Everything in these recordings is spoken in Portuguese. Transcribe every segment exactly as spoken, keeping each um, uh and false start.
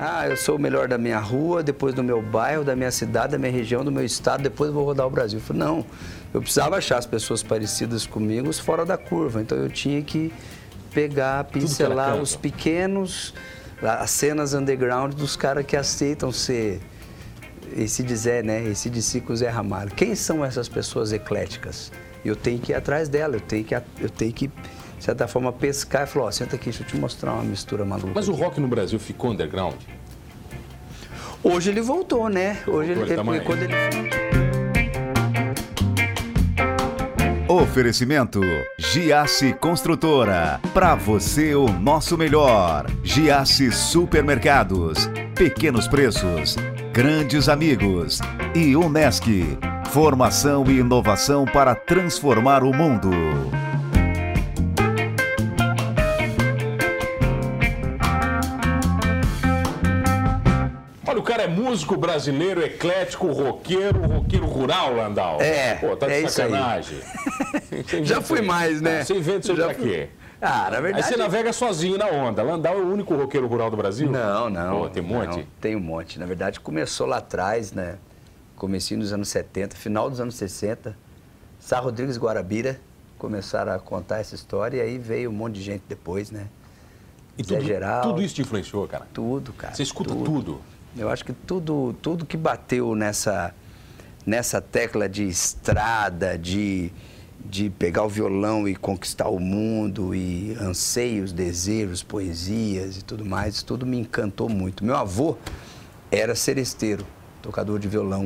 Ah, eu sou o melhor da minha rua, depois do meu bairro, da minha cidade, da minha região, do meu estado, depois eu vou rodar o Brasil. Eu falei, não, eu precisava achar as pessoas parecidas comigo fora da curva, então eu tinha que pegar, pincelar os pequenos, as cenas underground dos caras que aceitam ser, esse dizer, né, esse de com Zé Ramalho. Quem são essas pessoas ecléticas? Eu tenho que ir atrás dela, eu tenho que, eu tenho que de certa forma, pescar e falar, ó, senta aqui, deixa eu te mostrar uma mistura maluca. Mas aqui. O rock no Brasil ficou underground? Hoje ele voltou, né? Hoje voltou, ele, ele, tá quando ele... Oferecimento Giasse Construtora. Para você o nosso melhor. Giasse Supermercados. Pequenos preços. Grandes amigos. E Unesc. Formação e inovação para transformar o mundo. Olha, o cara é músico brasileiro, eclético, roqueiro, roqueiro rural, Landau. É, Pô, tá de é sacanagem. Já fui mais, né? Ah, você inventa isso pra fui... quê? Ah, na verdade... Aí você navega sozinho na onda. Landau é o único roqueiro rural do Brasil? Não, não. Pô, tem um monte? Não, tem um monte. Na verdade, começou lá atrás, né? Comecinho nos anos setenta, final dos anos sessenta. Sá Rodrigues e Guarabira começaram a contar essa história e aí veio um monte de gente depois, né? E Zé tudo, Geraldo, tudo isso te influenciou, cara? Tudo, cara. Você escuta tudo. tudo? Eu acho que tudo, tudo que bateu nessa, nessa tecla de estrada, de, de pegar o violão e conquistar o mundo, e anseios, desejos, poesias e tudo mais, isso tudo me encantou muito. Meu avô era seresteiro, tocador de violão,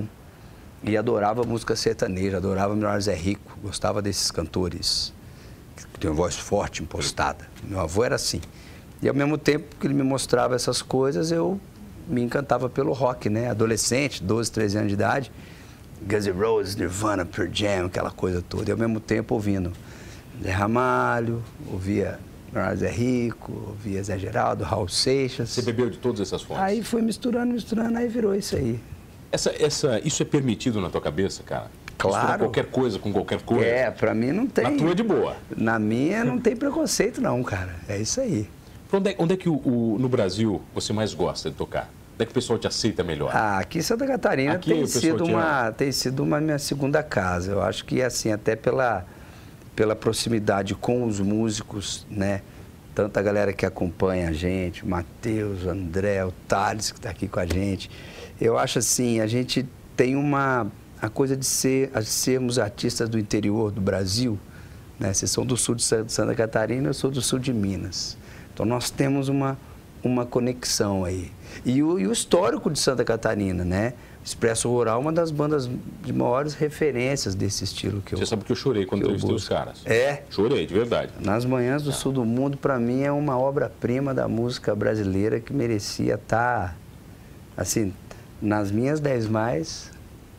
e adorava música sertaneja, adorava Menor Zé Rico, gostava desses cantores que tem uma voz forte, impostada. Meu avô era assim. E ao mesmo tempo que ele me mostrava essas coisas, eu me encantava pelo rock, né? Adolescente, doze, treze anos de idade, Guns N' Roses, Nirvana, Pearl Jam, aquela coisa toda. E ao mesmo tempo ouvindo Zé Ramalho, ouvia Zé Rico, ouvia Zé Geraldo, Raul Seixas. Você bebeu de todas essas fontes? Aí foi misturando, misturando, aí virou isso aí. Essa, essa, isso é permitido na tua cabeça, cara? Claro. Misturar qualquer coisa com qualquer coisa? É, pra mim não tem. Na tua é de boa? Na minha não tem preconceito não, cara. É isso aí. Onde é, onde é que o, o, no Brasil você mais gosta de tocar? Onde é que o pessoal te aceita melhor? Ah, aqui em Santa Catarina aqui tem sido, uma, tem sido uma minha segunda casa. Eu acho que assim, até pela, pela proximidade com os músicos, né? Tanta galera que acompanha a gente, o Matheus, o André, o Thales, que está aqui com a gente. Eu acho assim, a gente tem uma a coisa de, ser, de sermos artistas do interior do Brasil, né? Vocês são do sul de Santa Catarina, eu sou do sul de Minas. Então nós temos uma, uma conexão aí. E o, e o histórico de Santa Catarina, né? Expresso Rural, uma das bandas de maiores referências desse estilo que eu... Você sabe que eu chorei quando entrevistei os caras. É? Chorei, de verdade. Nas Manhãs do Sul do Mundo, para mim, é uma obra-prima da música brasileira que merecia estar, assim, nas minhas dez mais.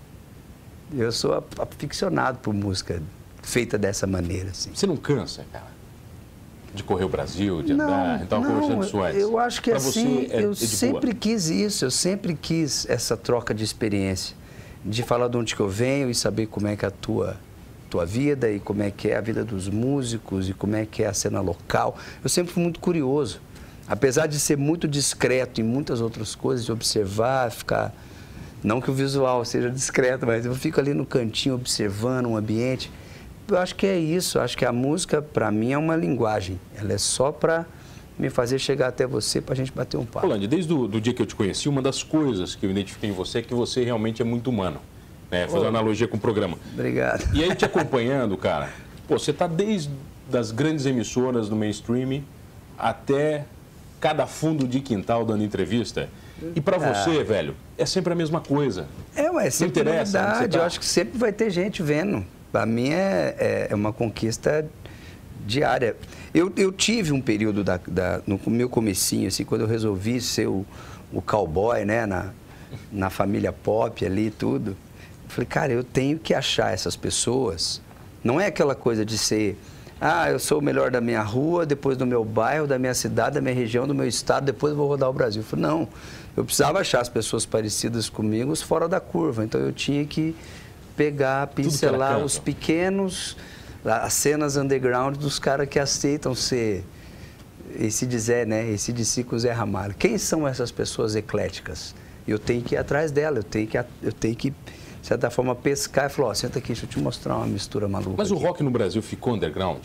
Eu sou aficionado por música feita dessa maneira, assim. Você não cansa, cara? De correr o Brasil, de não, andar, a gente estava conversando isso antes. Eu acho que pra assim, é, eu é sempre boa. quis isso, eu sempre quis essa troca de experiência, de falar de onde que eu venho e saber como é que é a tua, tua vida e como é que é a vida dos músicos e como é que é a cena local. Eu sempre fui muito curioso, apesar de ser muito discreto em muitas outras coisas, de observar, ficar... Não que o visual seja discreto, mas eu fico ali no cantinho observando um ambiente. Eu acho que é isso, eu acho que a música, para mim, é uma linguagem. Ela é só para me fazer chegar até você, para a gente bater um papo. Rolando, desde o do dia que eu te conheci, uma das coisas que eu identifiquei em você é que você realmente é muito humano. Né? Fazer uma analogia com o programa. Obrigado. E aí, te acompanhando, cara, pô, você está desde as grandes emissoras do mainstream até cada fundo de quintal dando entrevista. E para você, ah. velho, é sempre a mesma coisa. É, ué, é sempre Não interessa, novidade. tá? Eu acho que sempre vai ter gente vendo. Para mim é, é uma conquista diária. Eu, eu tive um período da, da, no meu comecinho, assim, quando eu resolvi ser o, o cowboy, né, na, na família pop ali e tudo. Eu falei, cara, eu tenho que achar essas pessoas. Não é aquela coisa de ser, ah, eu sou o melhor da minha rua, depois do meu bairro, da minha cidade, da minha região, do meu estado, depois eu vou rodar o Brasil. Eu falei, não, eu precisava achar as pessoas parecidas comigo fora da curva. Então eu tinha que pegar, pincelar os pequenos, as cenas underground dos caras que aceitam ser, esse dizer, né? Esse de si com o Zé Ramalho. Quem são essas pessoas ecléticas? Eu tenho que ir atrás dela, eu tenho que, eu tenho que de certa forma, pescar e falar, ó, senta aqui, deixa eu te mostrar uma mistura maluca. Mas o aqui. rock no Brasil ficou underground?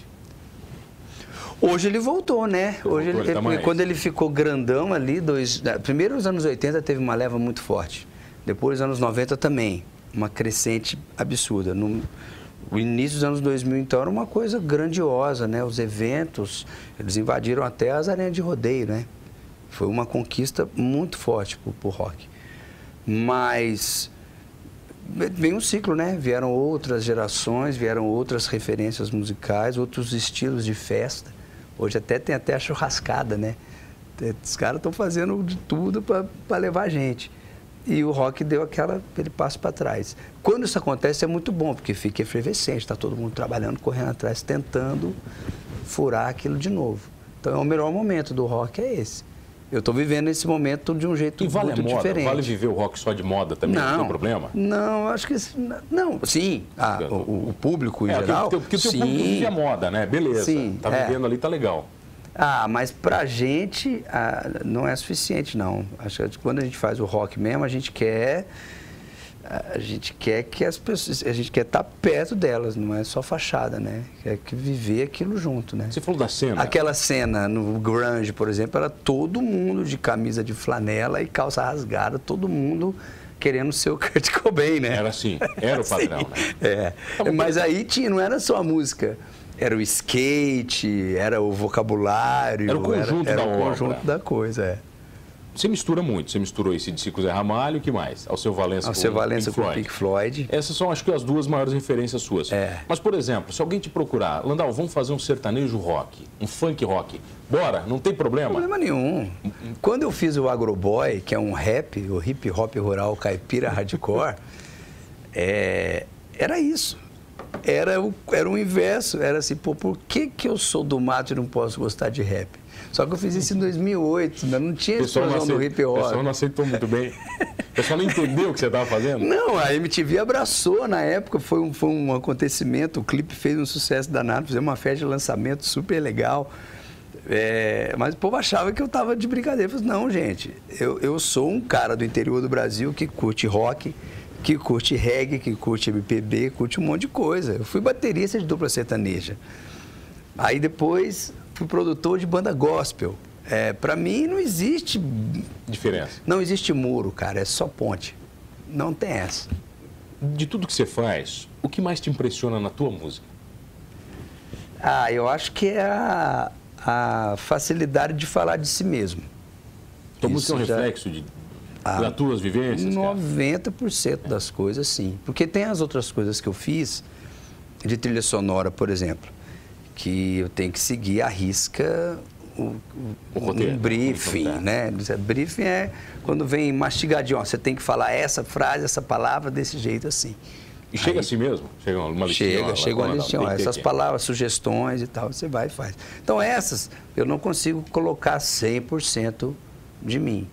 Hoje ele voltou, né? Ele Hoje voltou, ele, ele tá ele, mais. Quando ele ficou grandão ali, dois, primeiro nos anos oitenta teve uma leva muito forte. Depois, nos anos noventa também, uma crescente absurda. No, o início dos anos dois mil, então, era uma coisa grandiosa, né? Os eventos, eles invadiram até as arenas de rodeio, né? Foi uma conquista muito forte pro, pro rock. Mas vem um ciclo, né? Vieram outras gerações, vieram outras referências musicais, outros estilos de festa. Hoje até tem até a churrascada, né? Os caras estão fazendo de tudo para levar a gente. E o rock deu aquela, aquele passo para trás. Quando isso acontece é muito bom, porque fica efervescente, está todo mundo trabalhando, correndo atrás, tentando furar aquilo de novo. Então, o melhor momento do rock é esse. Eu estou vivendo esse momento de um jeito e vale muito a moda? diferente. Vale viver o rock só de moda também? Não, não tem problema? Não, acho que... Não, sim, ah, o, o público em é, geral... Porque o teu sim, público vive a moda, né? Beleza, sim, tá é. vivendo ali, tá legal. Ah, mas pra gente ah, não é suficiente, não. Acho que quando a gente faz o rock mesmo, a gente quer... A gente quer que as pessoas... A gente quer estar perto delas, não é só fachada, né? Quer que viver aquilo junto, né? Você falou da cena. Aquela cena no grunge, por exemplo, era todo mundo de camisa de flanela e calça rasgada, todo mundo querendo ser o Kurt Cobain, né? Era assim, era o padrão, assim, né? É. Mas aí tinha, não era só a música. Era o skate, era o vocabulário. Era o conjunto era, era da o obra. conjunto da coisa, é. Você mistura muito. Você misturou esse de Zé Ramalho, o que mais? Alceu Valença Alceu com Valença Pink com Floyd. Pink Floyd. Essas são, acho que, as duas maiores referências suas. É. Mas, por exemplo, se alguém te procurar, Landau, vamos fazer um sertanejo rock, um funk rock. Bora, não tem problema? Problema nenhum. Quando eu fiz o Agroboy, que é um rap, o hip hop rural caipira hardcore, é, era isso. Era o, era o inverso. Era assim, pô, por que, que eu sou do mato e não posso gostar de rap? Só que eu fiz isso em dois mil e oito, ainda não tinha explosão do hip hop. O pessoal não aceitou muito bem. O pessoal não entendeu o que você estava fazendo? Não, a M T V abraçou na época, foi um, foi um acontecimento, o clipe fez um sucesso danado, fizemos uma festa de lançamento super legal. É, mas o povo achava que eu estava de brincadeira. Eu falei, não, gente, eu, eu sou um cara do interior do Brasil que curte rock, que curte reggae, que curte M P B, curte um monte de coisa. Eu fui baterista de dupla sertaneja. Aí depois fui produtor de banda gospel. É, para mim não existe diferença. Não existe muro, cara, é só ponte. Não tem essa. De tudo que você faz, o que mais te impressiona na tua música? Ah, eu acho que é a, a facilidade de falar de si mesmo. Tua música é um já... reflexo de, ah, das tuas vivências? noventa por cento das coisas, sim. Porque tem as outras coisas que eu fiz, de trilha sonora, por exemplo, que eu tenho que seguir à risca o, o, o roteiro, um briefing, né? Briefing é quando vem mastigadinho, ó, você tem que falar essa frase, essa palavra desse jeito assim. E chega Aí, assim mesmo? Chega uma listinha? Chega, lá, chega uma listinha, ó, essas aqui. palavras, sugestões e tal, você vai e faz. Então essas, eu não consigo colocar cem por cento de mim.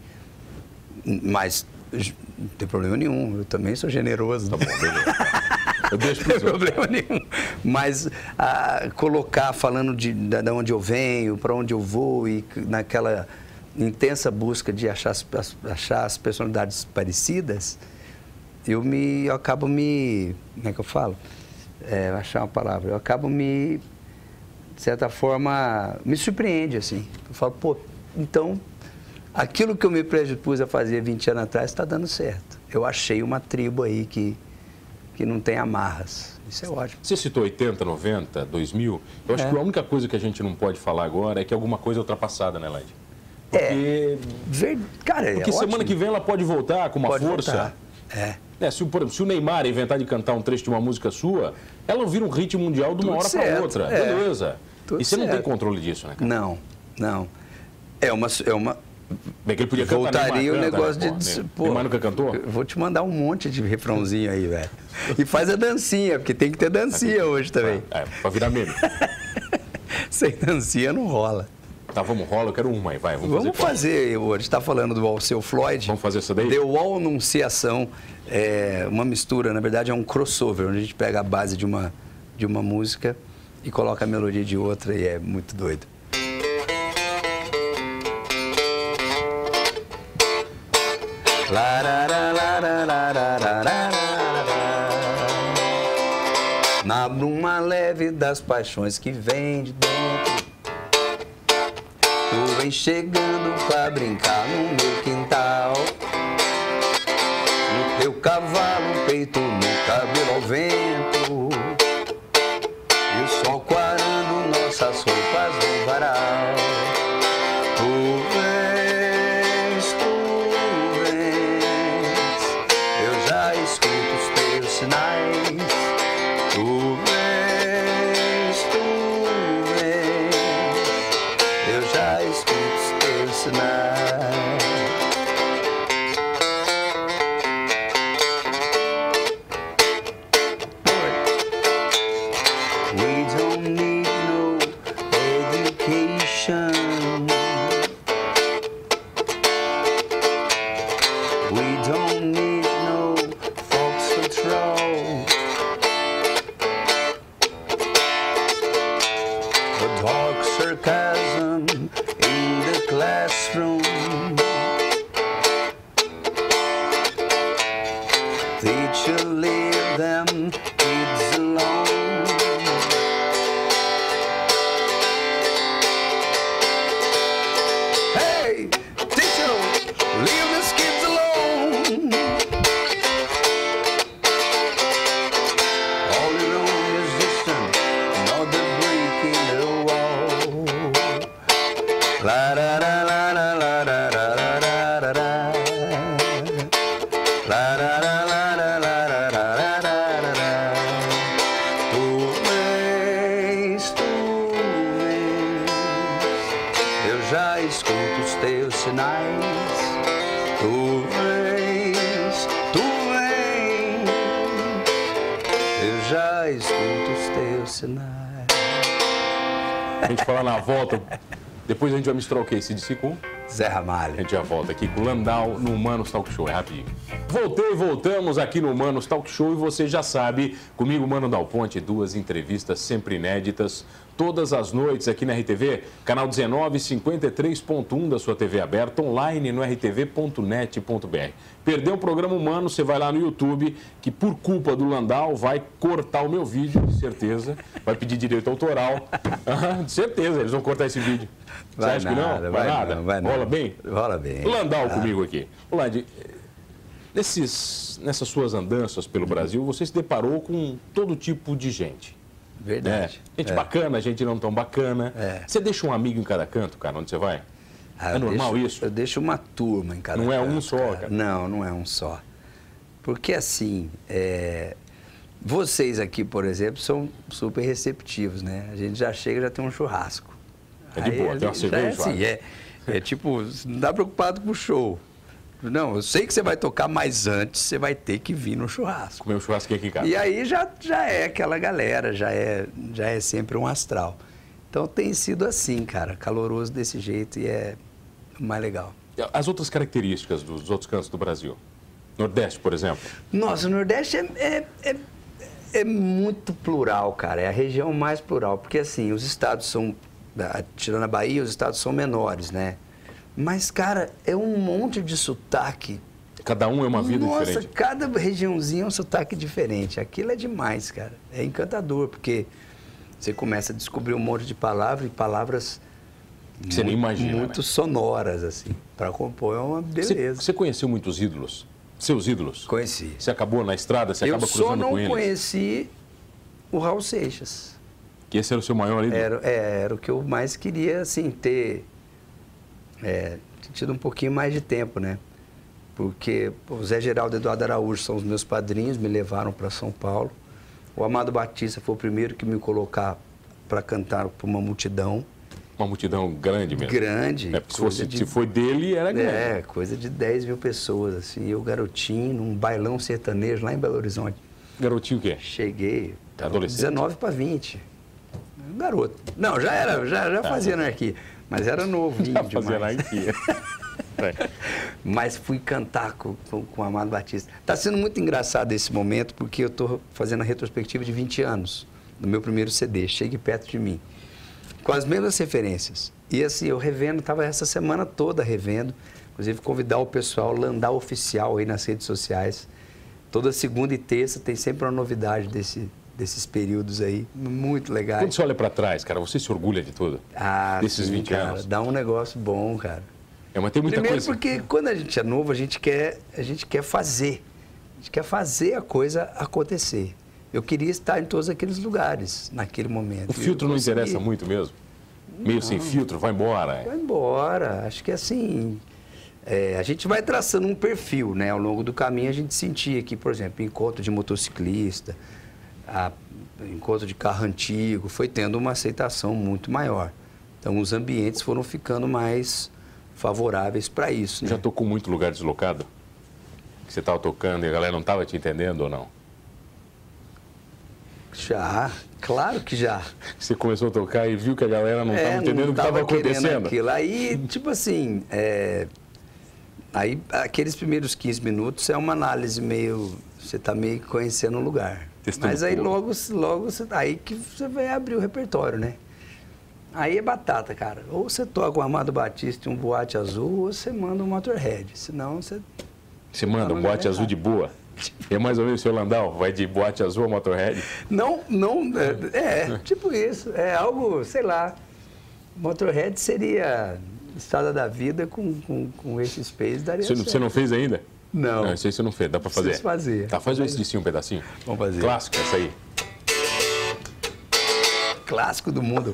Mas não tem problema nenhum, eu também sou generoso. Tá bom, beleza. Eu deixo não tem problema nenhum. Mas ah, colocar falando de, de onde eu venho, para onde eu vou e naquela intensa busca de achar as, achar as personalidades parecidas, eu me eu acabo me... Como é que eu falo? É, achar uma palavra. Eu acabo me, de certa forma, me surpreende, assim. Eu falo, pô, então, aquilo que eu me predispus a fazer vinte anos atrás está dando certo. Eu achei uma tribo aí que... que não tem amarras. Isso é ótimo. Você citou oitenta, noventa, dois mil. Eu acho é. que a única coisa que a gente não pode falar agora é que alguma coisa é ultrapassada, né, Laide? Porque, é. Ver... Cara, porque é semana ótimo. que vem ela pode voltar com uma pode força. Voltar. É. É, se, por exemplo, se o Neymar inventar de cantar um trecho de uma música sua, ela vira um hit mundial de uma Tudo hora para outra. É. Beleza. Tudo e você certo. não tem controle disso, né, cara? Não, não. É uma... É uma... Bem que ele podia cantar, voltaria Neymar o canta, negócio né? de... Pô, Neymar nunca cantou? Eu vou te mandar um monte de refrãozinho aí, velho. E faz a dancinha, porque tem que ter dancinha hoje também. É, pra virar meme. Sem dancinha não rola. Tá, vamos, rola, eu quero uma aí, vai. Vamos, vamos fazer, fazer a gente está falando do Alceu Floyd. Vamos fazer essa daí? The Wall Anunciação, é uma mistura, na verdade é um crossover, onde a gente pega a base de uma, de uma música e coloca a melodia de outra e é muito doido. Na bruma leve das paixões que vem de dentro, tu vem chegando pra brincar no meu quintal. No teu cavalo, peito no cabelo ao vento, e o sol quarando nossas roupas no varal. Tu vens, tu vens, eu já escuto os teus sinais. Tu vens, tu vens, eu já escuto os teus sinais. We don't need no education. We don't need no fox control. The dark sarcasm in the classroom. Teacher, leave them kids alone. Hey, teacher, leave these kids alone. All your own musician, another break in the wall. La da da la la la da da da da da da. La da da la la la da da da da da da. Tu vens, tu vens, eu já escuto os teus sinais. Tu vens, tu vens, eu já escuto os teus sinais. A gente fala na volta, depois a gente vai misturar o quê? Esse D C com? Zé A Ramalho. gente já volta aqui com o Landau no Humanos Talk Show, é rapidinho. Voltei, voltamos aqui no Humanos Talk Show e você já sabe, comigo, Mano Dal Ponte, duas entrevistas sempre inéditas, todas as noites aqui na R T V, canal dezenove, cinquenta e três ponto um da sua T V aberta, online no r t v ponto net ponto b r. Perdeu o programa Humano, você vai lá no YouTube, que por culpa do Landau vai cortar o meu vídeo, de certeza, vai pedir direito autoral, ah, de certeza, eles vão cortar esse vídeo. Você Vai acha que não? nada, Vai, vai nada? não, vai não. Rola bem? Rola bem. O Landau Ah. comigo aqui. O Land, nesses, nessas suas andanças pelo Brasil, você se deparou com todo tipo de gente. Né? Verdade. Gente É. bacana, gente não tão bacana. É. Você deixa um amigo em cada canto, cara, onde você vai? Ah, É eu normal deixo- isso? Eu deixo uma turma em cada Não é canto, um só, cara? Não, não é um só. Porque assim, é, vocês aqui, por exemplo, são super receptivos, né? A gente já chega, já tem um churrasco. É de boa, ali tem uma já cerveja, É, assim, é, é tipo, não dá preocupado com o show. Não, eu sei que você vai tocar, mas antes você vai ter que vir no churrasco. Comer um churrasquinho aqui em casa. E aí já, já é aquela galera, já é, já é sempre um astral. Então tem sido assim, cara, caloroso desse jeito e é o mais legal. As outras características dos outros cantos do Brasil? Nordeste, por exemplo? Nossa, o Nordeste é, é, é, é muito plural, cara. É a região mais plural. Porque, assim, os estados são... Tirando a Bahia, os estados são menores, né? Mas, cara, é um monte de sotaque. Cada um é uma vida Nossa, diferente. cada regiãozinha é um sotaque diferente. Aquilo é demais, cara. É encantador, porque você começa a descobrir um monte de palavras e palavras... Que você nem imagina, Muito né? sonoras, assim. Para compor é uma Você, beleza. você conheceu muitos ídolos? Seus ídolos? Conheci. Você acabou na estrada, você Eu acaba só cruzando não com eles? conheci o Raul Seixas. Que esse era o seu maior ídolo? Era, é, era o que eu mais queria, assim, ter, é, ter tido um pouquinho mais de tempo, né? Porque pô, o Zé Geraldo e o Eduardo Araújo são os meus padrinhos, me levaram para São Paulo. O Amado Batista foi o primeiro que me colocar para cantar para uma multidão. Uma multidão grande mesmo. Grande. É, porque se, coisa fosse, de- se foi dele, era grande. É, coisa de dez mil pessoas, assim. Eu, garotinho, num bailão sertanejo lá em Belo Horizonte. Garotinho o quê? Cheguei, tava com Adolescente? dezenove para vinte. Um garoto. Não, já era, já, já fazia anarquia. Mas era novinho Já fazia demais. anarquia. É. Mas fui cantar com, com, com o Amado Batista. Está sendo muito engraçado esse momento, porque eu estou fazendo a retrospectiva de vinte anos do meu primeiro C D, Chegue Perto de Mim. Com as mesmas referências. E assim, eu revendo, estava essa semana toda revendo, Inclusive, convidar o pessoal, Landau Oficial aí nas redes sociais. Toda segunda e terça tem sempre uma novidade desse, desses períodos aí, muito legais. Quando você olha para trás, cara, você se orgulha de tudo? Ah, desses sim, vinte cara, anos? dá um negócio bom, cara. É, mas tem muita Primeiro coisa. porque quando a gente é novo, a gente quer, a gente quer fazer. A gente quer fazer a coisa acontecer. Eu queria estar em todos aqueles lugares, naquele momento. O filtro não consegui. interessa muito mesmo? Meio Não. sem filtro, vai embora. Vai embora. Acho que assim, é, a gente vai traçando um perfil, né? Ao longo do caminho a gente sentia que, por exemplo, encontro de motociclista, a, encontro de carro antigo, foi tendo uma aceitação muito maior. Então os ambientes foram ficando mais favoráveis para isso. Né? Já tocou muito lugar deslocado? Que você estava tocando e a galera não estava te entendendo ou não? Já, claro que já. Você começou a tocar e viu que a galera não estava É, entendendo não o que estava tava querendo acontecendo? aquilo. Aí, tipo assim, é, aí aqueles primeiros quinze minutos é uma análise meio, você está meio conhecendo o lugar. Testando Mas aí tudo. logo, logo você, aí que você vai abrir o repertório, né? Aí é batata, cara. Ou você toca um Amado Batista e um Boate Azul, ou você manda um Motorhead. Senão você... Você manda Tá um no boate lugar azul de errado. boa? É mais ou menos o seu Landau? Vai de boate azul a Motorhead? Não, não, é, é, tipo isso. É algo, sei lá. Motorhead seria Estrada da Vida com, com, com esse Space, daria Você, não- certo. você não fez ainda? Não. Não, isso aí você não fez. Dá pra fazer? Preciso fazer. Tá, faz o esse de si um pedacinho. Vamos fazer. Clássico, essa aí. Clássico do mundo.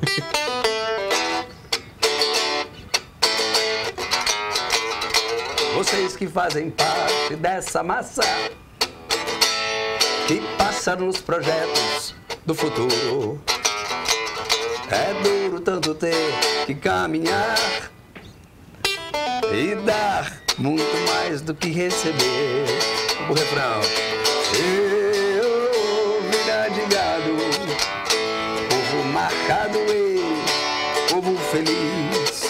Vocês que fazem parte dessa massa que passa nos projetos do futuro. É duro tanto ter que caminhar e dar muito mais do que receber. O refrão. Eu virar de gado, povo marcado e povo feliz.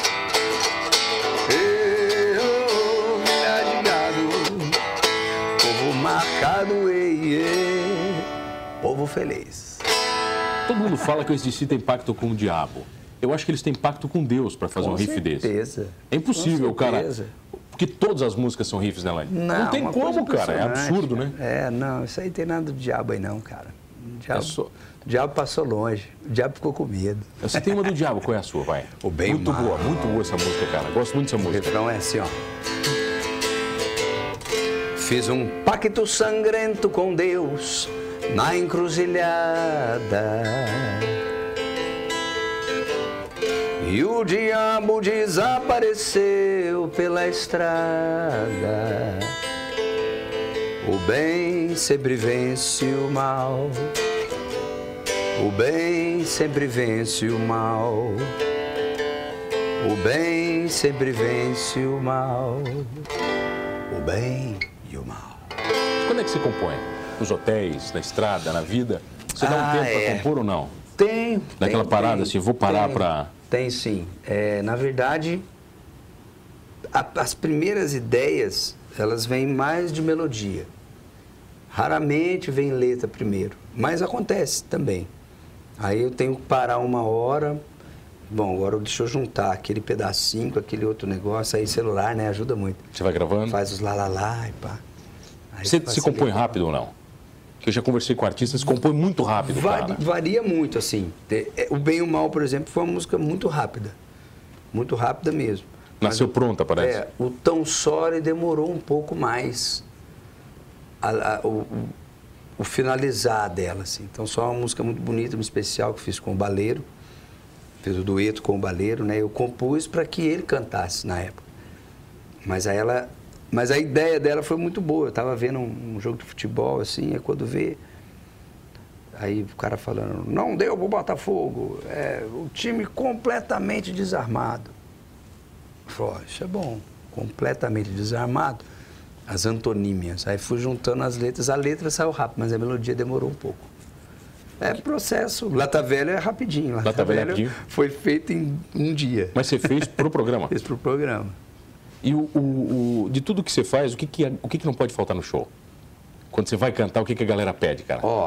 Eu virar de gado, povo marcado e povo feliz. Todo mundo fala que o A C D C tem pacto com o diabo. Eu acho que eles têm pacto com Deus para fazer Com um riff desse. certeza. É impossível, Com cara. certeza. Porque todas as músicas são riffs, né, Laine? Não, tem uma como, coisa cara. É impressionante, absurdo, né? cara. É, não, isso aí tem nada do diabo aí não, cara. O diabo, É só- o diabo passou longe. O diabo ficou com medo. Você tem uma do diabo, qual é a sua? Vai. O bem e o Muito mal. boa, muito boa essa música, cara. Gosto muito dessa O música. refrão é assim, ó. Fiz um pacto sangrento com Deus na encruzilhada. E o diabo desapareceu pela estrada. O bem sempre vence o mal. O bem sempre vence o mal. O bem sempre vence o mal. O bem e o mal. Quando é que você compõe? Nos hotéis, na estrada, na vida? Você dá um Ah, tempo é. para compor ou não? Tem. Daquela tem, parada tem, assim, vou parar tem, pra- Tem sim. É, na verdade, a- as primeiras ideias, elas vêm mais de melodia. Raramente vem letra primeiro, mas acontece também. Aí eu tenho que parar uma hora. Bom, agora deixa eu juntar aquele pedacinho com aquele outro negócio. Aí celular, né? Ajuda muito. Você vai gravando? Faz os lá, lá, lá e pá. Aí Você se facilita. compõe rápido ou não? Que eu já conversei com artistas, se compõe muito rápido, Vari- cara. varia muito, assim. Te- é, O Bem e o Mal, por exemplo, foi uma música muito rápida. Muito rápida mesmo. Nasceu Mas, pronta, parece. É, o Tão Sore demorou um pouco mais a- a- o, o- o finalizar dela, assim. Então, só uma música muito bonita, muito especial, que fiz com o Baleiro. Fiz o dueto com o Baleiro, né? Eu compus para que ele cantasse na época. Mas aí ela... Mas a ideia dela foi muito boa. Eu estava vendo um, um jogo de futebol, assim, é quando vê... Aí o cara falando, não deu pro Botafogo, é, o time completamente desarmado. Eu falei, ó, isso é bom, completamente desarmado. As antonímias. Aí fui juntando as letras, a letra saiu rápido, mas a melodia demorou um pouco. É processo. Lata Velha é rapidinho. Lata, Lata Velha é Velha rapidinho. foi feito em um dia. Mas você fez pro programa. Fiz pro programa. E o, o- o- de tudo que você faz, o que, que, é- o que, que não pode faltar no show? Quando você vai cantar, o que, que a galera pede, cara? Ó,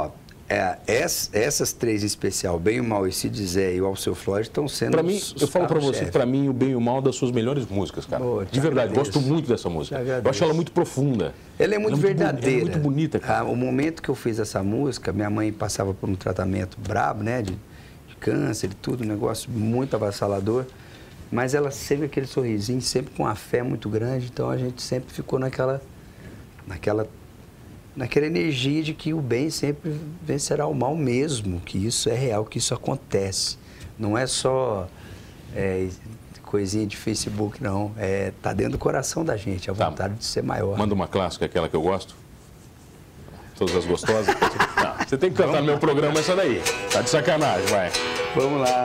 É, ess, essas três em especial, Bem e o Mal, e Se Dizer e o Alceu Floyd, estão sendo Pra mim, os, os eu falo pra você carros-chefe. que pra mim o Bem e o Mal é das suas melhores músicas, cara. Oh, te de verdade, agradeço. gosto muito dessa música. Te Eu acho agradeço. ela muito profunda. Ela é muito ela verdadeira. Ela é muito bonita, cara. Ah, o momento que eu fiz essa música, minha mãe passava por um tratamento brabo, né? De, de câncer e tudo, um negócio muito avassalador. Mas ela sempre aquele sorrisinho, sempre com uma fé muito grande. Então a gente sempre ficou naquela, naquela, naquela energia de que o bem sempre vencerá o mal mesmo, que isso é real, que isso acontece. Não é só é, coisinha de Facebook, não. É, tá dentro do coração da gente, a Tá. vontade de ser maior. Manda uma clássica, aquela que eu gosto. Todas as gostosas. Não, você tem que cantar no meu programa essa daí. Tá de sacanagem, vai. Vamos lá.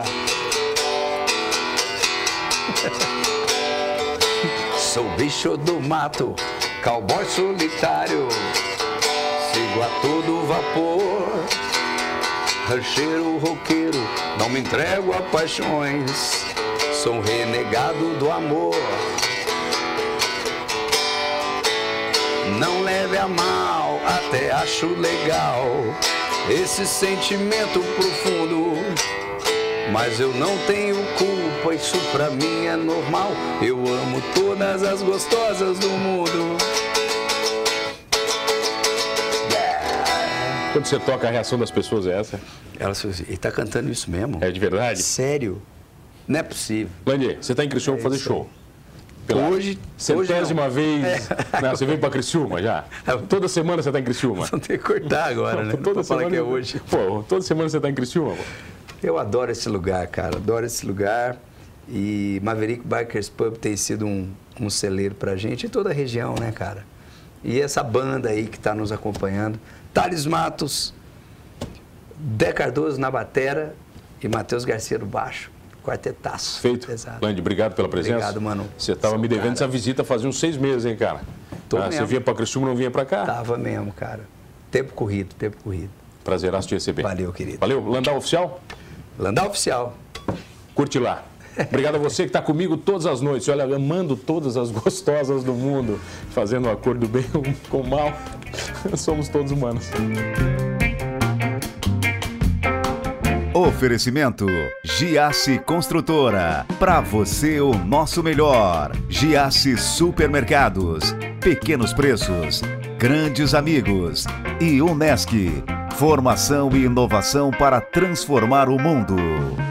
Sou bicho do mato, cowboy solitário, sigo a todo vapor, rancheiro roqueiro, não me entrego a paixões, sou um renegado do amor. Não leve a mal, até acho legal esse sentimento profundo, mas eu não tenho culpa, isso pra mim é normal. Eu amo todas as gostosas do mundo. Yeah. Quando você toca, a reação das pessoas é essa? Ela ele tá cantando isso mesmo? É de verdade? Sério? Não é possível. Landy, você tá em Criciúma É fazer isso show. Pela hoje, centésima hoje vez. Não, você veio pra Criciúma já? Toda semana você tá em Criciúma? Não tem que cortar agora, né? Toda Não semana falar que é hoje. Pô, toda semana você tá em Criciúma, pô. Eu adoro esse lugar, cara. Adoro esse lugar. E Maverick Bikers Pub tem sido um, um celeiro pra gente em toda a região, né, cara? E essa banda aí que tá nos acompanhando. Thales Matos, Dé Cardoso na batera e Matheus Garcia no baixo. Quartetaço. Feito. Exato. Landy, obrigado pela presença. Obrigado, mano. Você tava Seu me devendo cara. essa visita fazia uns seis meses, hein, cara? Tô Ah, você mesmo. vinha pra Criciúma, não vinha pra cá? Tava mesmo, cara. Tempo corrido, tempo corrido. Prazeraço te receber. Valeu, querido. Valeu. Landau Oficial? Landau Oficial. Curte lá. Obrigado a você que está comigo todas as noites. Olha, amando todas as gostosas do mundo, fazendo o acordo bem com o mal. Somos todos humanos. Oferecimento Giasse Construtora. Para você o nosso melhor. Giasse Supermercados. Pequenos preços. Grandes amigos. E Unesc. Formação e inovação para transformar o mundo.